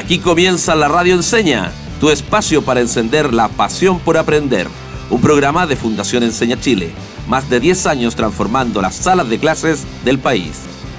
Aquí comienza La Radio Enseña, tu espacio para encender la pasión por aprender. Un programa de Fundación Enseña Chile. Más de 10 años transformando las salas de clases del país.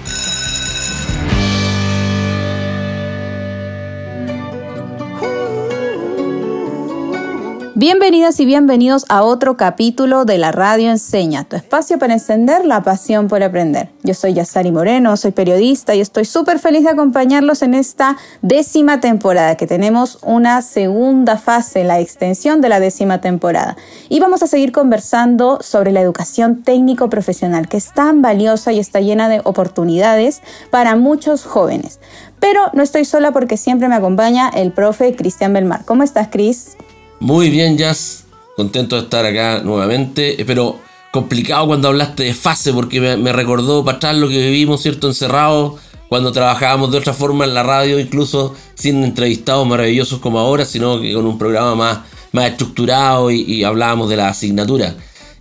Bienvenidas y bienvenidos a otro capítulo de La Radio Enseña, tu espacio para encender la pasión por aprender. Yo soy Yassari Moreno, soy periodista y estoy súper feliz de acompañarlos en esta 10ª temporada, que tenemos una segunda fase, la extensión de la 10ª temporada. Y vamos a seguir conversando sobre la educación técnico-profesional, que es tan valiosa y está llena de oportunidades para muchos jóvenes. Pero no estoy sola porque siempre me acompaña el profe Cristian Belmar. ¿Cómo estás, Cris? Muy bien, Jazz, contento de estar acá nuevamente, pero complicado cuando hablaste de fase, porque me recordó para atrás lo que vivimos, ¿cierto? Encerrados, cuando trabajábamos de otra forma en la radio, incluso sin entrevistados maravillosos como ahora, sino que con un programa más estructurado y hablábamos de la asignatura.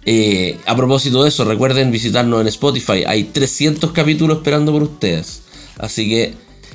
A propósito de eso, recuerden visitarnos en Spotify, hay 300 capítulos esperando por ustedes, así que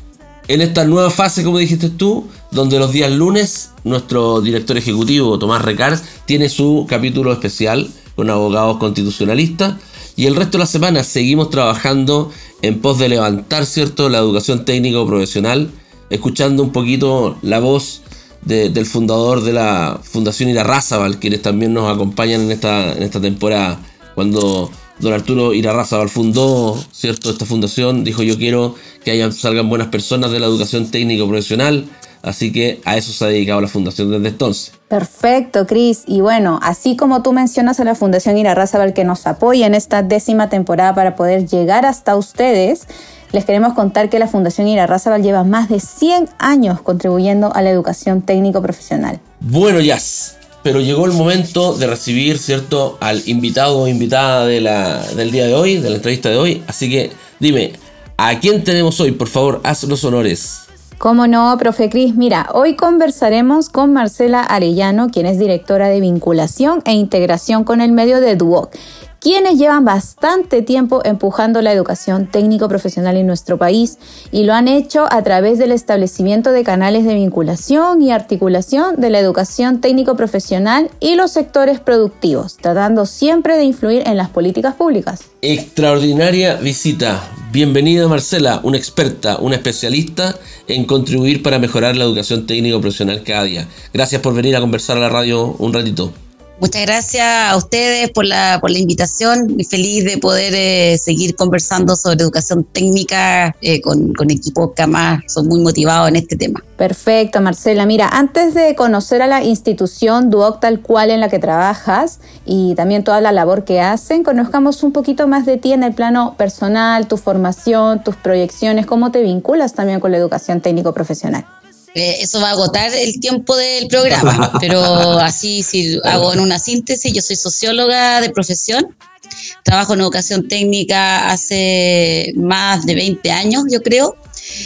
en esta nueva fase, como dijiste tú, donde los días lunes nuestro director ejecutivo Tomás Recars tiene su capítulo especial con abogados constitucionalistas, y el resto de la semana seguimos trabajando en pos de levantar, ¿cierto?, la educación técnico profesional, escuchando un poquito la voz del fundador de la Fundación Irarrázaval, quienes también nos acompañan en esta temporada. Cuando don Arturo Irarrázaval fundó, ¿cierto?, esta fundación, dijo: yo quiero que salgan buenas personas de la educación técnico profesional. Así que a eso se ha dedicado la Fundación desde entonces. Perfecto, Cris. Y bueno, así como tú mencionas a la Fundación Irarrázaval que nos apoya en esta 10ª temporada para poder llegar hasta ustedes, les queremos contar que la Fundación Irarrázaval lleva más de 100 años contribuyendo a la educación técnico-profesional. Bueno, Jazz, pero llegó el momento de recibir, ¿cierto?, al invitado o invitada del día de hoy, de la entrevista de hoy. Así que dime, ¿a quién tenemos hoy? Por favor, haz los honores. ¿Cómo no, profe Cris? Mira, hoy conversaremos con Marcela Arellano, quien es directora de vinculación e integración con el medio de Duoc, quienes llevan bastante tiempo empujando la educación técnico-profesional en nuestro país y lo han hecho a través del establecimiento de canales de vinculación y articulación de la educación técnico-profesional y los sectores productivos, tratando siempre de influir en las políticas públicas. Extraordinaria visita. Bienvenida, Marcela, una experta, una especialista en contribuir para mejorar la educación técnico-profesional cada día. Gracias por venir a conversar a la radio un ratito. Muchas gracias a ustedes por la invitación. Y feliz de poder seguir conversando sobre educación técnica con equipos que además son muy motivados en este tema. Perfecto, Marcela. Mira, antes de conocer a la institución Duoc tal cual en la que trabajas y también toda la labor que hacen, conozcamos un poquito más de ti en el plano personal, tu formación, tus proyecciones, cómo te vinculas también con la educación técnico-profesional. Eso va a agotar el tiempo del programa, pero así, si hago en una síntesis, yo soy socióloga de profesión, trabajo en educación técnica hace más de 20 años, yo creo.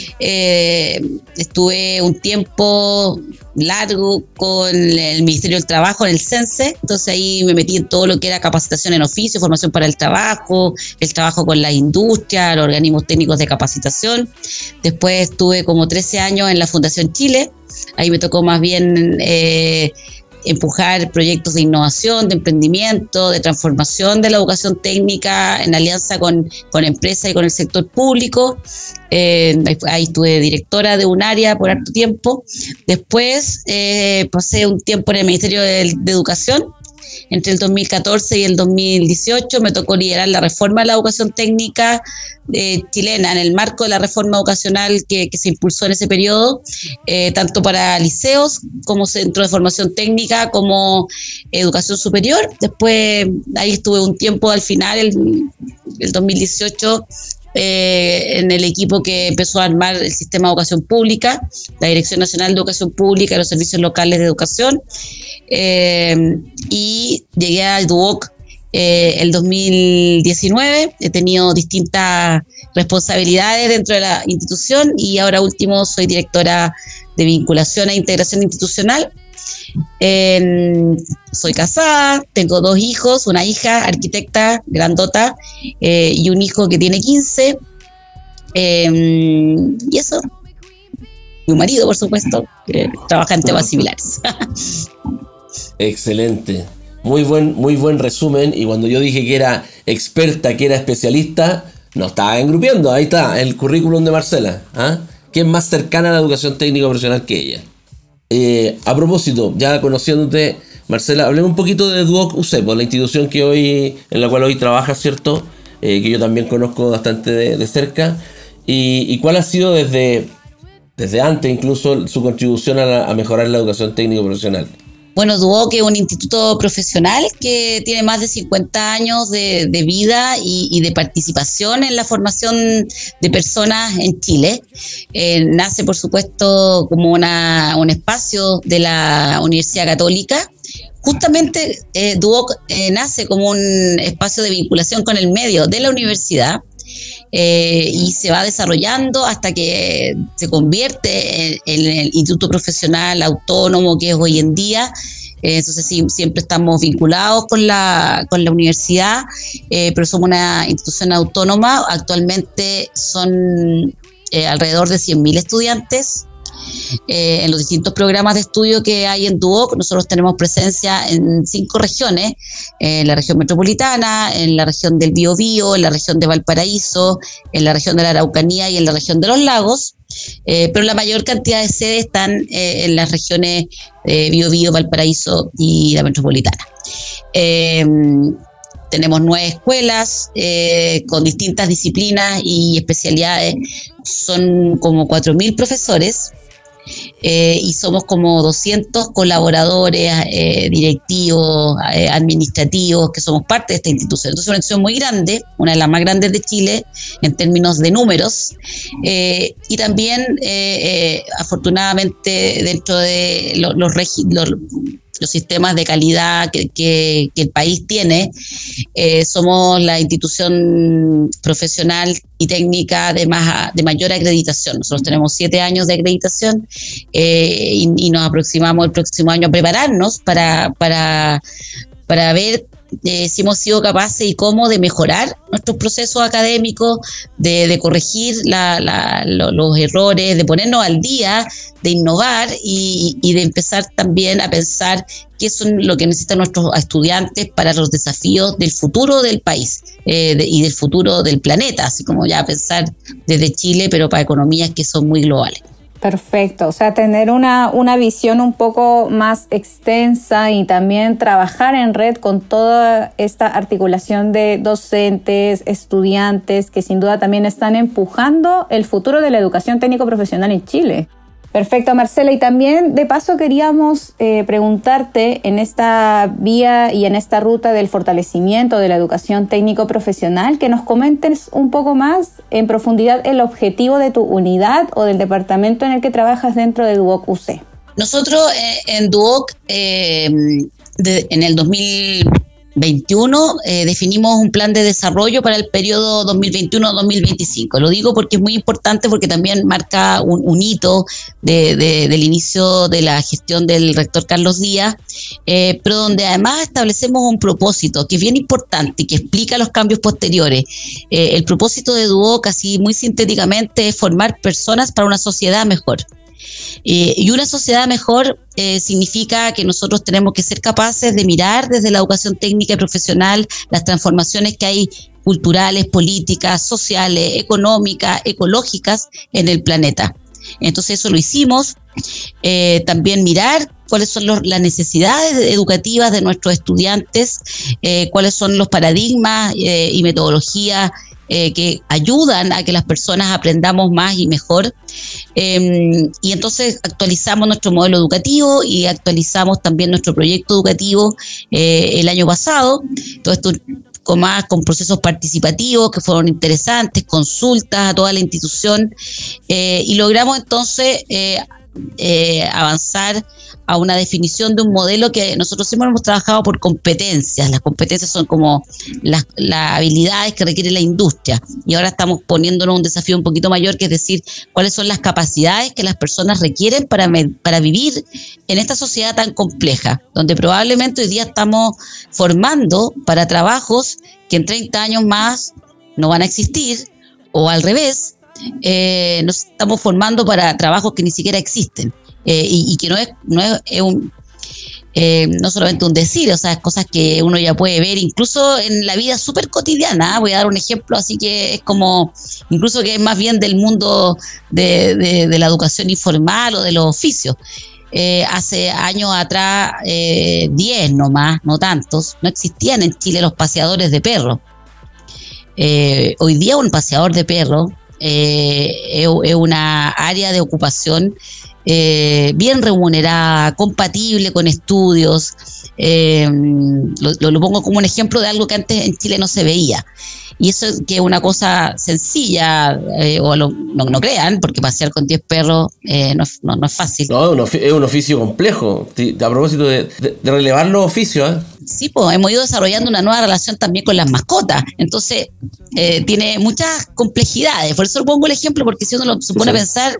Estuve un tiempo largo con el Ministerio del Trabajo, en el CENSE, entonces ahí me metí en todo lo que era capacitación en oficio, formación para el trabajo con la industria, los organismos técnicos de capacitación. Después estuve como 13 años en la Fundación Chile, ahí me tocó más bien empujar proyectos de innovación, de emprendimiento, de transformación de la educación técnica en alianza con empresas y con el sector público. Ahí estuve directora de un área por harto tiempo. Después pasé un tiempo en el Ministerio de Educación. Entre el 2014 y el 2018 me tocó liderar la reforma de la educación técnica chilena, en el marco de la reforma educacional que se impulsó en ese periodo, tanto para liceos como centro de formación técnica como educación superior. Después ahí estuve un tiempo al final, el 2018, en el equipo que empezó a armar el sistema de educación pública, la Dirección Nacional de Educación Pública y los Servicios Locales de Educación, y llegué al Duoc el 2019. He tenido distintas responsabilidades dentro de la institución y ahora último soy directora de vinculación e integración institucional. Soy casada, tengo 2 hijos, una hija arquitecta grandota y un hijo que tiene 15, y eso. un marido, por supuesto, que trabaja en temas similares. Excelente. Muy buen resumen. Y cuando yo dije que era experta, que era especialista, no estaba engrupiendo. Ahí está, el currículum de Marcela. ¿Ah? ¿Quién más cercana a la educación técnica profesional que ella? A propósito, ya conociéndote, Marcela, hablemos un poquito de Duoc UC, la institución en la cual hoy trabajas, ¿cierto? Que yo también conozco bastante de cerca. ¿Y cuál ha sido desde antes incluso su contribución a mejorar la educación técnico profesional? Bueno, Duoc es un instituto profesional que tiene más de 50 años de vida y de participación en la formación de personas en Chile. Nace, por supuesto, como un espacio de la Universidad Católica. Justamente Duoc nace como un espacio de vinculación con el medio de la universidad. Y se va desarrollando hasta que se convierte en el instituto profesional autónomo que es hoy en día. Entonces sí, siempre estamos vinculados con la universidad, pero somos una institución autónoma. Actualmente son alrededor de 100.000 estudiantes. En los distintos programas de estudio que hay en Duoc, nosotros tenemos presencia en 5 regiones, en la región metropolitana, en la región del Biobío, en la región de Valparaíso, en la región de la Araucanía y en la región de los lagos, pero la mayor cantidad de sedes están en las regiones Biobío, Valparaíso y la metropolitana. Tenemos 9 escuelas con distintas disciplinas y especialidades, son como 4.000 profesores. Y somos como 200 colaboradores, directivos, administrativos, que somos parte de esta institución. Entonces es una institución muy grande, una de las más grandes de Chile en términos de números, y también afortunadamente dentro de los sistemas de calidad que el país tiene, somos la institución profesional y técnica de mayor acreditación. Nosotros tenemos 7 años de acreditación y nos aproximamos el próximo año a prepararnos para ver si hemos sido capaces y cómo de mejorar nuestros procesos académicos, de corregir los errores, de ponernos al día, de innovar y de empezar también a pensar qué son lo que necesitan nuestros estudiantes para los desafíos del futuro del país y del futuro del planeta, así como ya pensar desde Chile, pero para economías que son muy globales. Perfecto, o sea, tener una visión un poco más extensa y también trabajar en red con toda esta articulación de docentes, estudiantes, que sin duda también están empujando el futuro de la educación técnico-profesional en Chile. Perfecto, Marcela. Y también, de paso, queríamos preguntarte en esta vía y en esta ruta del fortalecimiento de la educación técnico-profesional, que nos comentes un poco más en profundidad el objetivo de tu unidad o del departamento en el que trabajas dentro de Duoc UC. Nosotros en Duoc, en el 2021, definimos un plan de desarrollo para el periodo 2021-2025. Lo digo porque es muy importante, porque también marca un hito del inicio de la gestión del rector Carlos Díaz, pero donde además establecemos un propósito que es bien importante y que explica los cambios posteriores. El propósito de Duoc, así muy sintéticamente, es formar personas para una sociedad mejor. Y una sociedad mejor significa que nosotros tenemos que ser capaces de mirar desde la educación técnica y profesional las transformaciones que hay culturales, políticas, sociales, económicas, ecológicas en el planeta. Entonces eso lo hicimos. También mirar cuáles son las necesidades educativas de nuestros estudiantes, cuáles son los paradigmas y metodologías que ayudan a que las personas aprendamos más y mejor. Y entonces actualizamos nuestro modelo educativo y actualizamos también nuestro proyecto educativo el año pasado. Todo esto con procesos participativos que fueron interesantes, consultas a toda la institución, y logramos entonces avanzar a una definición de un modelo que nosotros siempre hemos trabajado por competencias. Las competencias son como las habilidades que requiere la industria, y ahora estamos poniéndonos un desafío un poquito mayor, que es decir, cuáles son las capacidades que las personas requieren para vivir en esta sociedad tan compleja, donde probablemente hoy día estamos formando para trabajos que en 30 años más no van a existir, o al revés, nos estamos formando para trabajos que ni siquiera existen, y que no solamente un decir, o sea, es cosas que uno ya puede ver incluso en la vida súper cotidiana. Voy a dar un ejemplo, así que es como, incluso que es más bien del mundo de la educación informal o de los oficios. Hace años atrás, 10 nomás, no tantos, no existían en Chile los paseadores de perros. Hoy día un paseador de perros es una área de ocupación bien remunerada, compatible con estudios. Lo pongo como un ejemplo de algo que antes en Chile no se veía. Y eso es que es una cosa sencilla, no crean, porque pasear con 10 perros no es fácil. No, es un oficio complejo. A propósito de relevar los oficios, Sí, pues hemos ido desarrollando una nueva relación también con las mascotas. Entonces, tiene muchas complejidades. Por eso pongo el ejemplo, porque si uno lo supone a pensar...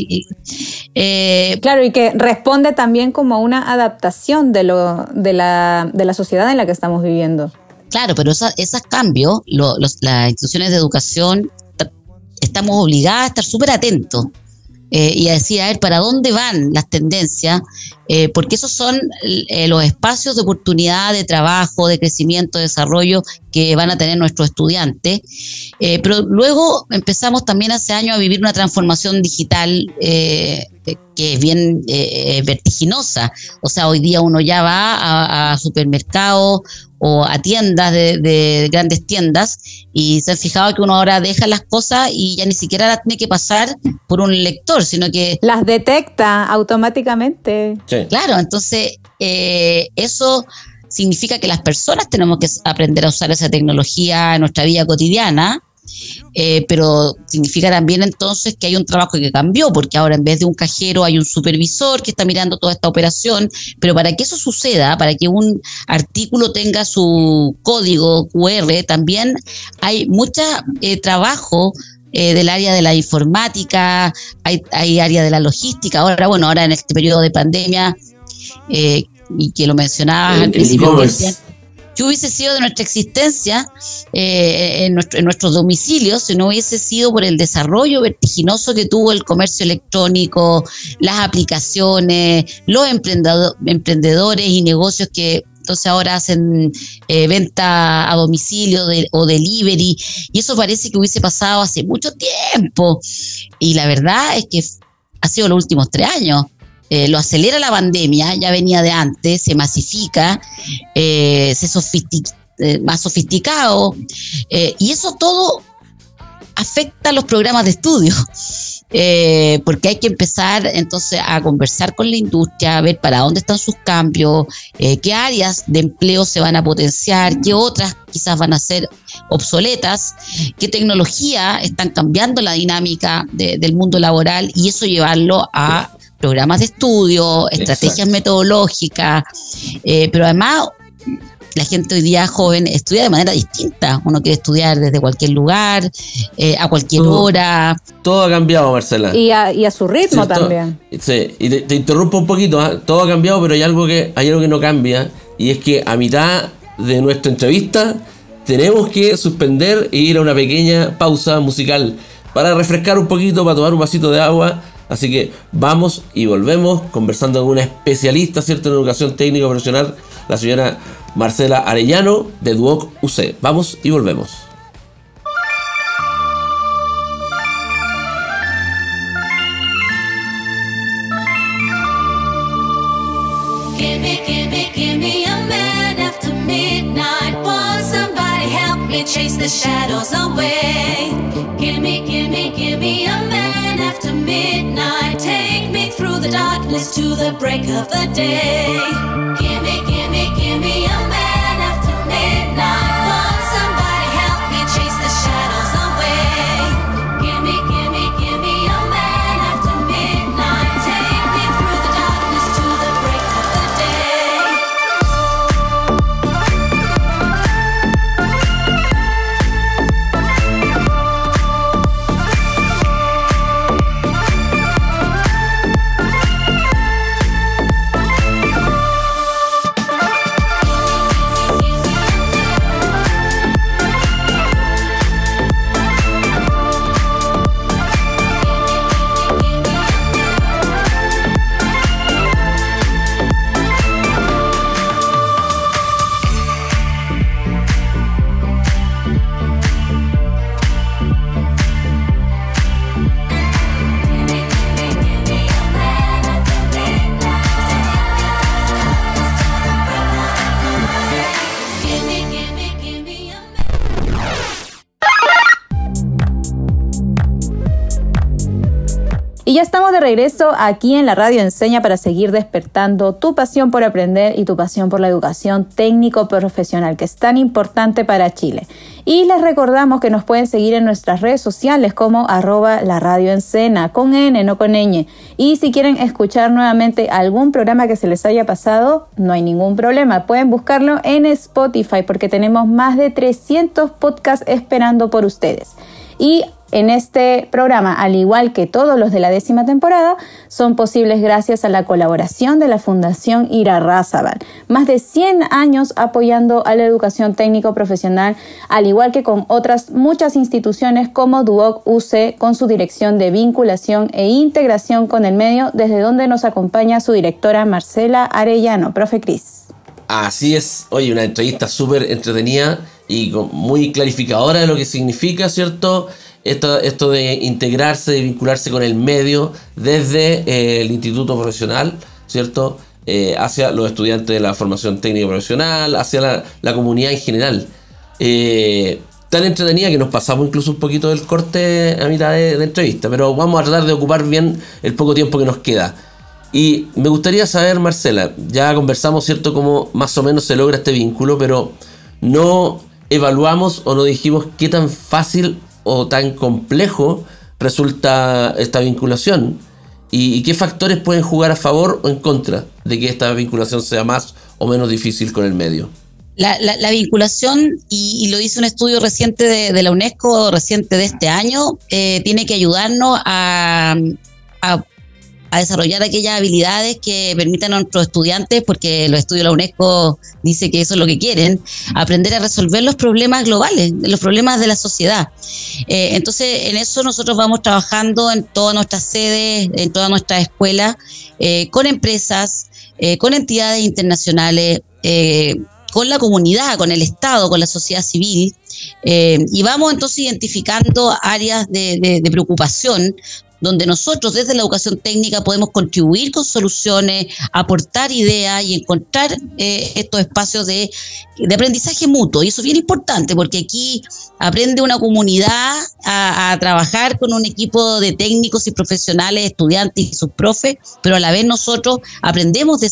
claro, y que responde también como a una adaptación de la sociedad en la que estamos viviendo. Claro, pero esos cambios, las instituciones de educación estamos obligadas a estar súper atentos y a decir, a ver, ¿para dónde van las tendencias? Porque esos son los espacios de oportunidad, de trabajo, de crecimiento, de desarrollo que van a tener nuestros estudiantes. Pero luego empezamos también hace años a vivir una transformación digital que es bien vertiginosa. O sea, hoy día uno ya va a supermercados o a tiendas de grandes tiendas, y se han fijado que uno ahora deja las cosas y ya ni siquiera las tiene que pasar por un lector, sino que las detecta automáticamente. Sí. Claro, entonces eso significa que las personas tenemos que aprender a usar esa tecnología en nuestra vida cotidiana. Pero significa también entonces que hay un trabajo que cambió, porque ahora en vez de un cajero hay un supervisor que está mirando toda esta operación. Pero para que eso suceda, para que un artículo tenga su código QR, también hay mucho trabajo del área de la informática, hay área de la logística. Ahora en este periodo de pandemia, y que lo mencionabas al principio, ¿qué hubiese sido de nuestra existencia en nuestros domicilios si no hubiese sido por el desarrollo vertiginoso que tuvo el comercio electrónico, las aplicaciones, los emprendedores y negocios que entonces ahora hacen venta a domicilio o delivery? Y eso parece que hubiese pasado hace mucho tiempo, y la verdad es que ha sido los últimos 3 años. Lo acelera la pandemia, ya venía de antes, se masifica, más sofisticado, y eso todo afecta a los programas de estudio, porque hay que empezar entonces a conversar con la industria, a ver para dónde están sus cambios, qué áreas de empleo se van a potenciar, qué otras quizás van a ser obsoletas, qué tecnología están cambiando la dinámica del mundo laboral, y eso llevarlo a programas de estudio, estrategias metodológicas, pero además la gente hoy día joven estudia de manera distinta. Uno quiere estudiar desde cualquier lugar, a cualquier hora. Todo ha cambiado, Marcela. Y a su ritmo, ¿cierto? También. Sí, y te interrumpo un poquito, ¿eh? Todo ha cambiado, pero hay algo que no cambia, y es que a mitad de nuestra entrevista tenemos que suspender e ir a una pequeña pausa musical para refrescar un poquito, para tomar un vasito de agua. Así que vamos y volvemos conversando con una especialista, ¿cierto?, en educación técnica profesional, la señora Marcela Arellano de Duoc UC. Vamos y volvemos. Give me a man after midnight. Won't somebody help me chase the shadows away? Give me a man after midnight. Take me through the darkness to the break of the day. Give me a man after midnight. Won't somebody help me chase the shadows away? Give me a man after midnight. Take me through the darkness to the break of the day. Y ya estamos de regreso aquí en la Radio Enseña para seguir despertando tu pasión por aprender y tu pasión por la educación técnico-profesional, que es tan importante para Chile. Y les recordamos que nos pueden seguir en nuestras redes sociales como @laradioencena, con N, no con ñ. Y si quieren escuchar nuevamente algún programa que se les haya pasado, no hay ningún problema. Pueden buscarlo en Spotify porque tenemos más de 300 podcasts esperando por ustedes. Y en este programa, al igual que todos los de la 10ª temporada, son posibles gracias a la colaboración de la Fundación Irarrázaval. Más de 100 años apoyando a la educación técnico-profesional, al igual que con otras muchas instituciones como Duoc UC, con su dirección de vinculación e integración con el medio, desde donde nos acompaña su directora Marcela Arellano. Profe Cris. Así es. Oye, una entrevista súper entretenida y muy clarificadora de lo que significa, ¿cierto?, esto de integrarse, de vincularse con el medio desde el instituto profesional, ¿cierto?, hacia los estudiantes de la formación técnica profesional, hacia la comunidad en general. Tan entretenida que nos pasamos incluso un poquito del corte a mitad de entrevista, pero vamos a tratar de ocupar bien el poco tiempo que nos queda. Y me gustaría saber, Marcela, ya conversamos, ¿cierto?, cómo más o menos se logra este vínculo, pero no evaluamos o no dijimos qué tan fácil o tan complejo resulta esta vinculación y qué factores pueden jugar a favor o en contra de que esta vinculación sea más o menos difícil con el medio. La vinculación, y lo dice un estudio reciente de la UNESCO, reciente de este año, tiene que ayudarnos a desarrollar aquellas habilidades que permitan a nuestros estudiantes, porque los estudios de la UNESCO dice que eso es lo que quieren, aprender a resolver los problemas globales, los problemas de la sociedad. Entonces, en eso nosotros vamos trabajando en todas nuestras sedes, en todas nuestras escuelas, con empresas, con entidades internacionales, con la comunidad, con el Estado, con la sociedad civil, y vamos entonces identificando áreas de preocupación donde nosotros desde la educación técnica podemos contribuir con soluciones, aportar ideas y encontrar estos espacios de aprendizaje mutuo. Y eso es bien importante porque aquí aprende una comunidad a trabajar con un equipo de técnicos y profesionales, estudiantes y sus profes, pero a la vez nosotros aprendemos de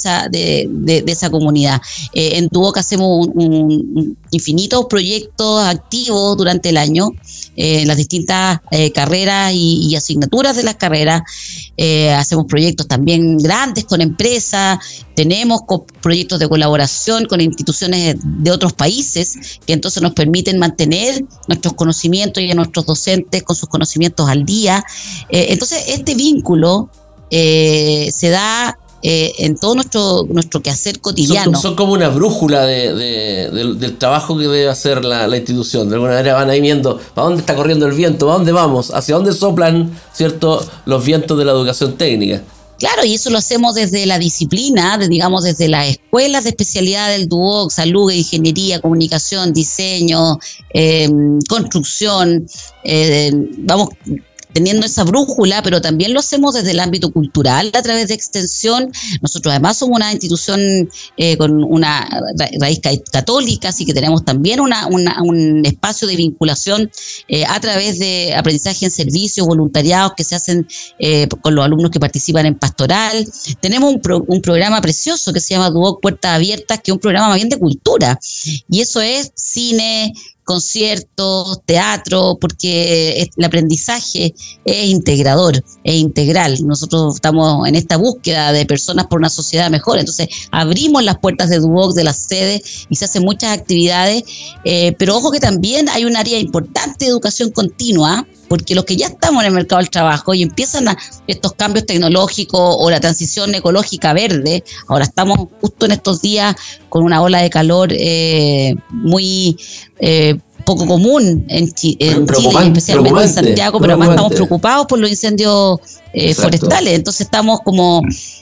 esa comunidad. En Duoc hacemos infinitos proyectos activos durante el año, las distintas carreras y asignaturas de las carreras. Hacemos proyectos también grandes con empresas, tenemos proyectos de colaboración con instituciones de otros países que entonces nos permiten mantener nuestros conocimientos y a nuestros docentes con sus conocimientos al día. Entonces este vínculo se da en todo nuestro quehacer cotidiano. Son como una brújula del trabajo que debe hacer la institución. De alguna manera van ahí viendo para dónde está corriendo el viento, para dónde vamos, hacia dónde soplan, ¿cierto?, los vientos de la educación técnica. Claro, y eso lo hacemos desde la disciplina, digamos desde las escuelas de especialidad del Duoc, salud, ingeniería, comunicación, diseño, construcción, vamos teniendo esa brújula, pero también lo hacemos desde el ámbito cultural a través de extensión. Nosotros además somos una institución con una raíz católica, así que tenemos también un espacio de vinculación a través de aprendizaje en servicios, voluntariados que se hacen con los alumnos que participan en pastoral. Tenemos un programa precioso que se llama Duoc Puertas Abiertas, que es un programa más bien de cultura, y eso es cine, conciertos, teatro, porque el aprendizaje es integrador, es integral. Nosotros estamos en esta búsqueda de personas por una sociedad mejor, entonces abrimos las puertas de Duoc, de las sedes, y se hacen muchas actividades, pero ojo que también hay un área importante de educación continua, porque los que ya estamos en el mercado del trabajo y empiezan estos cambios tecnológicos o la transición ecológica verde, ahora estamos justo en estos días con una ola de calor muy poco común en Chile, especialmente en Santiago, pero además estamos preocupados por los incendios forestales, entonces estamos como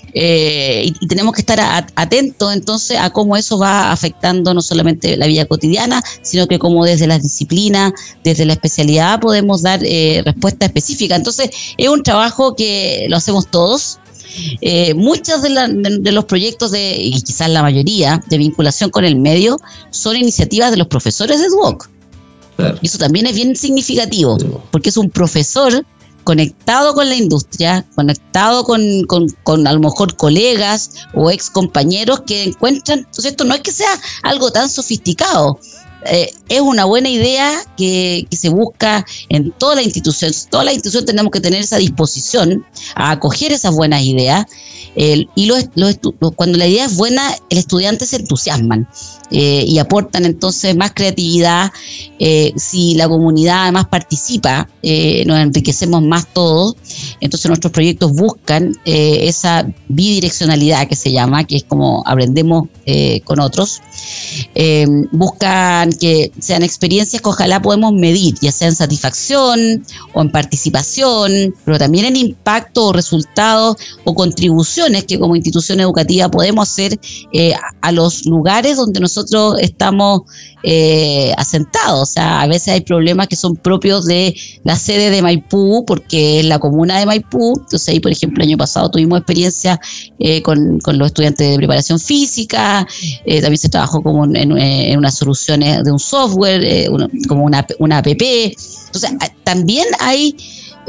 y tenemos que estar atentos entonces a cómo eso va afectando no solamente la vida cotidiana, sino que cómo desde las disciplinas, desde la especialidad podemos dar respuesta específica. Entonces es un trabajo que lo hacemos todos. Muchos de los proyectos y quizás la mayoría de vinculación con el medio son iniciativas de los profesores de Duoc. Claro. Y eso también es bien significativo, porque es un profesor conectado con la industria, conectado con a lo mejor colegas o ex compañeros que encuentran. Entonces esto no es que sea algo tan sofisticado. Es una buena idea que se busca en toda la institución. Toda la institución tenemos que tener esa disposición a acoger esas buenas ideas. Cuando la idea es buena, el estudiante se entusiasman y aportan entonces más creatividad. Si la comunidad además participa, nos enriquecemos más todos. Entonces nuestros proyectos buscan esa bidireccionalidad que se llama, que es como aprendemos con otros. Buscan que sean experiencias que ojalá podemos medir, ya sea en satisfacción o en participación, pero también en impacto o resultados o contribuciones que como institución educativa podemos hacer a los lugares donde nosotros estamos asentados. O sea, a veces hay problemas que son propios de la sede de Maipú, porque es la comuna de Maipú. Entonces ahí, por ejemplo, el año pasado tuvimos experiencia con los estudiantes de preparación física. También se trabajó como en unas soluciones de un software, como una app. Entonces también hay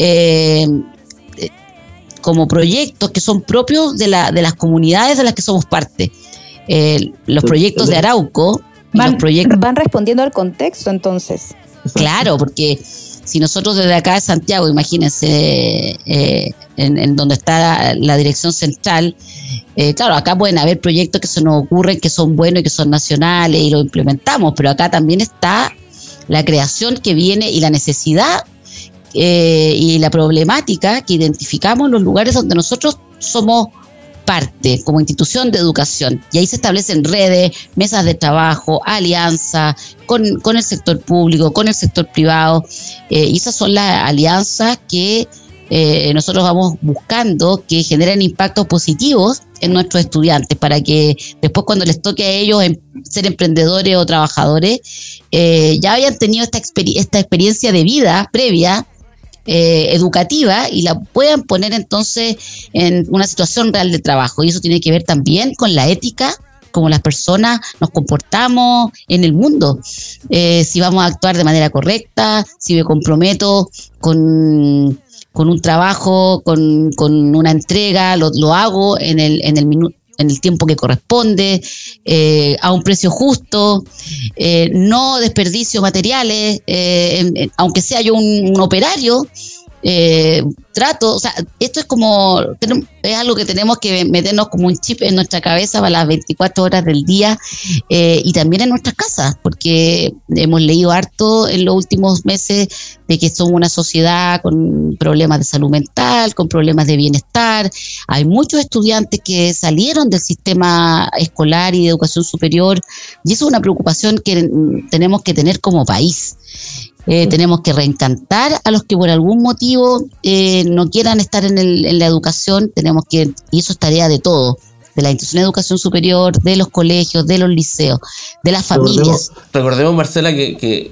como proyectos que son propios de las comunidades de las que somos parte. Los proyectos de Arauco van respondiendo al contexto, entonces. Claro, porque si nosotros desde acá de Santiago, imagínense en donde está la dirección central, claro, acá pueden haber proyectos que se nos ocurren que son buenos y que son nacionales y lo implementamos, pero acá también está la creación que viene y la necesidad y la problemática que identificamos en los lugares donde nosotros somos parte como institución de educación, y ahí se establecen redes, mesas de trabajo, alianzas con el sector público, con el sector privado, y esas son las alianzas que nosotros vamos buscando que generen impactos positivos en nuestros estudiantes, para que después cuando les toque a ellos ser emprendedores o trabajadores, ya hayan tenido esta experiencia de vida previa, educativa, y la puedan poner entonces en una situación real de trabajo. Y eso tiene que ver también con la ética, cómo las personas nos comportamos en el mundo, si vamos a actuar de manera correcta, si me comprometo con un trabajo, con una entrega, lo hago en el tiempo que corresponde, a un precio justo, no desperdicio materiales, aunque sea yo un operario, trato, o sea, esto es algo que tenemos que meternos como un chip en nuestra cabeza para las 24 horas del día, y también en nuestras casas, porque hemos leído harto en los últimos meses de que somos una sociedad con problemas de salud mental, con problemas de bienestar. Hay muchos estudiantes que salieron del sistema escolar y de educación superior, y eso es una preocupación que tenemos que tener como país. Tenemos que reencantar a los que por algún motivo no quieran estar en la educación. Y eso es tarea de todos, de la institución de educación superior, de los colegios, de los liceos, de las familias. Recordemos, Marcela, que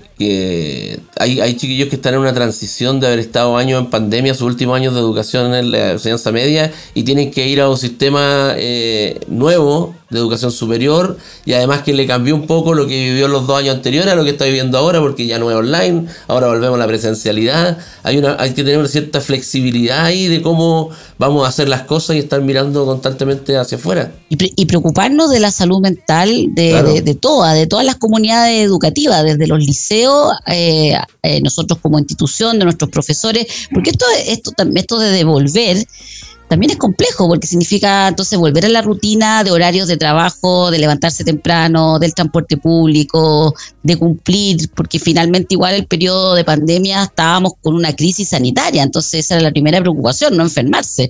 hay chiquillos que están en una transición de haber estado años en pandemia, sus últimos años de educación en la enseñanza media, y tienen que ir a un sistema nuevo de educación superior, y además que le cambió un poco lo que vivió los 2 años anteriores a lo que está viviendo ahora, porque ya no es online, ahora volvemos a la presencialidad. Hay que tener una cierta flexibilidad ahí de cómo vamos a hacer las cosas y estar mirando constantemente hacia afuera. Y preocuparnos de la salud mental de todas las comunidades educativas, desde los liceos, nosotros como institución, de nuestros profesores, porque esto de devolver también es complejo, porque significa entonces volver a la rutina de horarios de trabajo, de levantarse temprano, del transporte público, de cumplir, porque finalmente igual el periodo de pandemia estábamos con una crisis sanitaria, entonces esa era la primera preocupación, no enfermarse.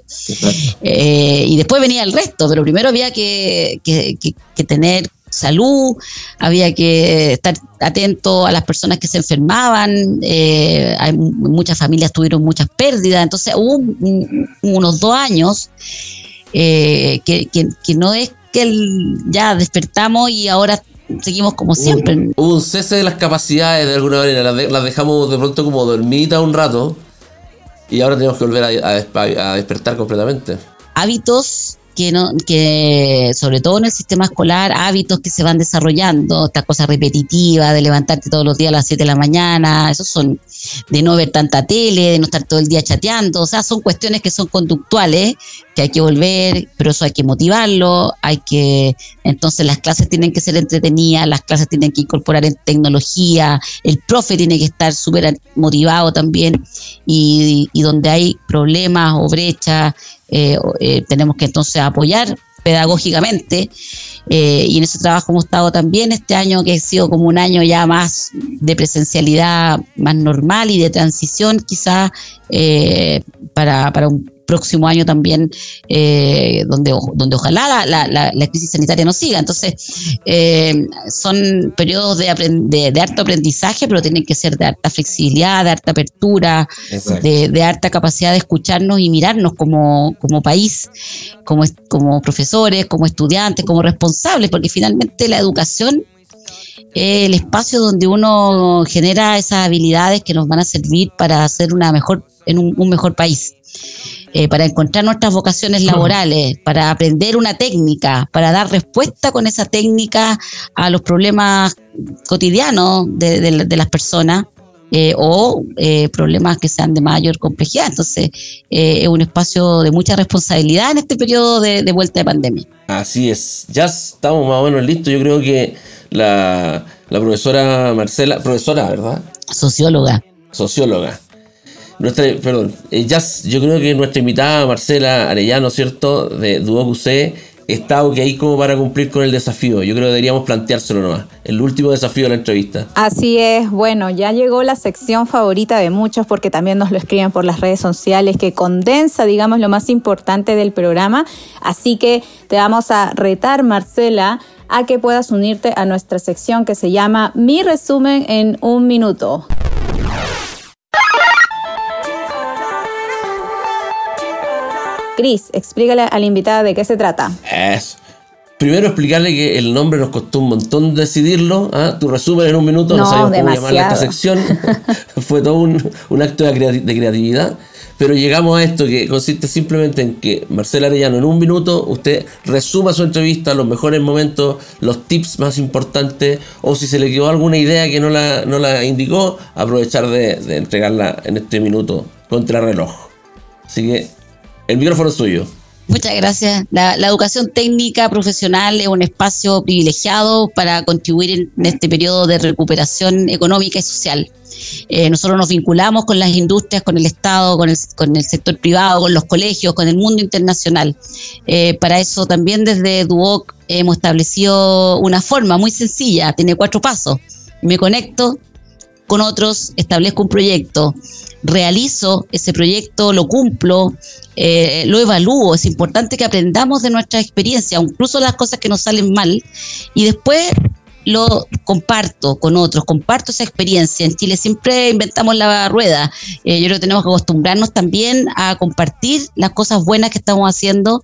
Y después venía el resto, pero primero había que tener salud, había que estar atento a las personas que se enfermaban, muchas familias tuvieron muchas pérdidas, entonces hubo unos 2 años que no es que ya despertamos y ahora seguimos como siempre. Hubo un cese de las capacidades de alguna manera, las dejamos de pronto como dormiditas un rato y ahora tenemos que volver a despertar completamente. Hábitos que sobre todo en el sistema escolar, hábitos que se van desarrollando, estas cosas repetitivas de levantarte todos los días a las 7 de la mañana, esos son de no ver tanta tele, de no estar todo el día chateando, o sea, son cuestiones que son conductuales, que hay que volver, pero eso hay que motivarlo, entonces las clases tienen que ser entretenidas, las clases tienen que incorporar en tecnología, el profe tiene que estar súper motivado también, y donde hay problemas o brechas, tenemos que entonces apoyar pedagógicamente, y en ese trabajo hemos estado también este año, que ha sido como un año ya más de presencialidad más normal y de transición quizás para un próximo año también, donde ojalá la crisis sanitaria no siga. Entonces, son periodos de harto aprendizaje, pero tienen que ser de harta flexibilidad, de harta apertura, de harta capacidad de escucharnos y mirarnos como país, como profesores, como estudiantes, como responsables, porque finalmente la educación es el espacio donde uno genera esas habilidades que nos van a servir para hacer un mejor país. Para encontrar nuestras vocaciones laborales, para aprender una técnica, para dar respuesta con esa técnica a los problemas cotidianos de las personas, o problemas que sean de mayor complejidad. Entonces, es un espacio de mucha responsabilidad en este periodo de vuelta de pandemia. Así es, ya estamos más o menos listos. Yo creo que la profesora Marcela, ¿verdad? Socióloga. Yo creo que nuestra invitada Marcela Arellano, ¿cierto?, de Duoc UC, está ok como para cumplir con el desafío. Yo creo que deberíamos planteárselo nomás, el último desafío de la entrevista. Así es, bueno, ya llegó la sección favorita de muchos, porque también nos lo escriben por las redes sociales, que condensa, digamos, lo más importante del programa. Así que te vamos a retar, Marcela, a que puedas unirte a nuestra sección que se llama Mi Resumen en un Minuto. Cris, explícale a la invitada de qué se trata. Primero explicarle que el nombre nos costó un montón decidirlo. Tu resumen en un minuto, no sabíamos cómo llamarle a esta sección. Fue todo un acto de creatividad. Pero llegamos a esto, que consiste simplemente en que Marcela Arellano, en un minuto, usted resuma su entrevista, los mejores momentos, los tips más importantes, o si se le quedó alguna idea que no la indicó, aprovechar de entregarla en este minuto contra reloj. Así que el micrófono es suyo. Muchas gracias. La educación técnica profesional es un espacio privilegiado para contribuir en este periodo de recuperación económica y social. Nosotros nos vinculamos con las industrias, con el Estado, con el sector privado, con los colegios, con el mundo internacional. Para eso también desde Duoc hemos establecido una forma muy sencilla, tiene 4 pasos. Me conecto con otros, establezco un proyecto, realizo ese proyecto, lo cumplo, lo evalúo. Es importante que aprendamos de nuestra experiencia, incluso las cosas que nos salen mal, y después lo comparto con otros, comparto esa experiencia. En Chile siempre inventamos la rueda. Yo creo que tenemos que acostumbrarnos también a compartir las cosas buenas que estamos haciendo,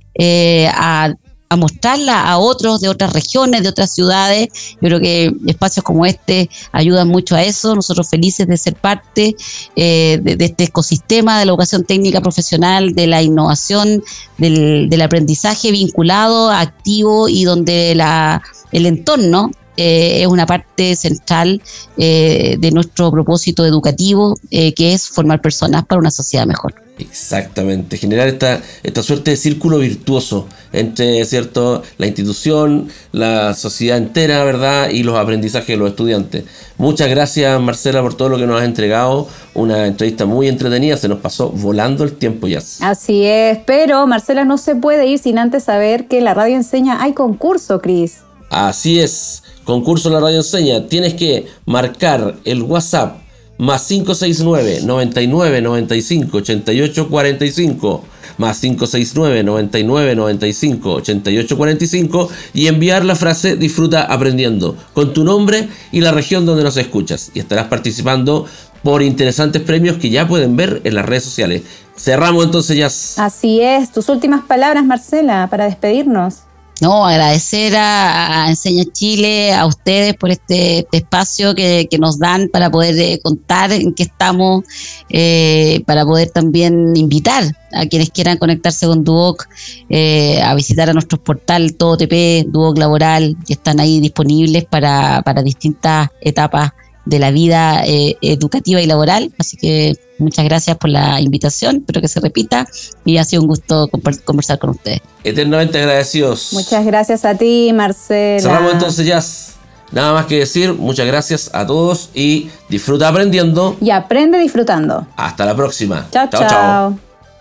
a mostrarla a otros de otras regiones, de otras ciudades. Yo creo que espacios como este ayudan mucho a eso. Nosotros felices de ser parte de este ecosistema de la educación técnica profesional, de la innovación, del aprendizaje vinculado, activo, y donde el entorno es una parte central de nuestro propósito educativo, que es formar personas para una sociedad mejor. Exactamente, generar esta suerte de círculo virtuoso entre, ¿cierto?, la institución, la sociedad entera, ¿verdad?, y los aprendizajes de los estudiantes. Muchas gracias, Marcela, por todo lo que nos has entregado. Una entrevista muy entretenida, se nos pasó volando el tiempo ya. Así es, pero Marcela no se puede ir sin antes saber que en la Radio Enseña hay concurso, Cris. Así es, concurso en la Radio Enseña. Tienes que marcar el WhatsApp más 569 99 95 88 45, más 569 99 95 88 45, y enviar la frase "disfruta aprendiendo" con tu nombre y la región donde nos escuchas, y estarás participando por interesantes premios que ya pueden ver en las redes sociales. Cerramos entonces ya. Así es, tus últimas palabras, Marcela, para despedirnos. No, agradecer a Enseña Chile, a ustedes por este espacio que nos dan para poder contar en qué estamos, para poder también invitar a quienes quieran conectarse con Duoc, a visitar a nuestros portales Todo TP, Duoc Laboral, que están ahí disponibles para distintas etapas de la vida educativa y laboral. Así que muchas gracias por la invitación, espero que se repita y ha sido un gusto conversar con ustedes. Eternamente agradecidos. Muchas gracias a ti, Marcela. Cerramos entonces ya. Nada más que decir, muchas gracias a todos y disfruta aprendiendo. Y aprende disfrutando. Hasta la próxima. Chao, chao.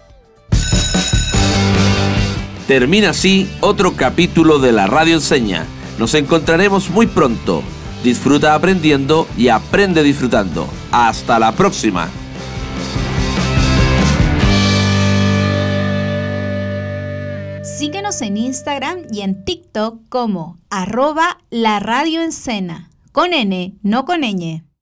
Termina así otro capítulo de la Radio Enseña. Nos encontraremos muy pronto. Disfruta aprendiendo y aprende disfrutando. Hasta la próxima. Síguenos en Instagram y en TikTok como @laradioencena, con N, no con ñ.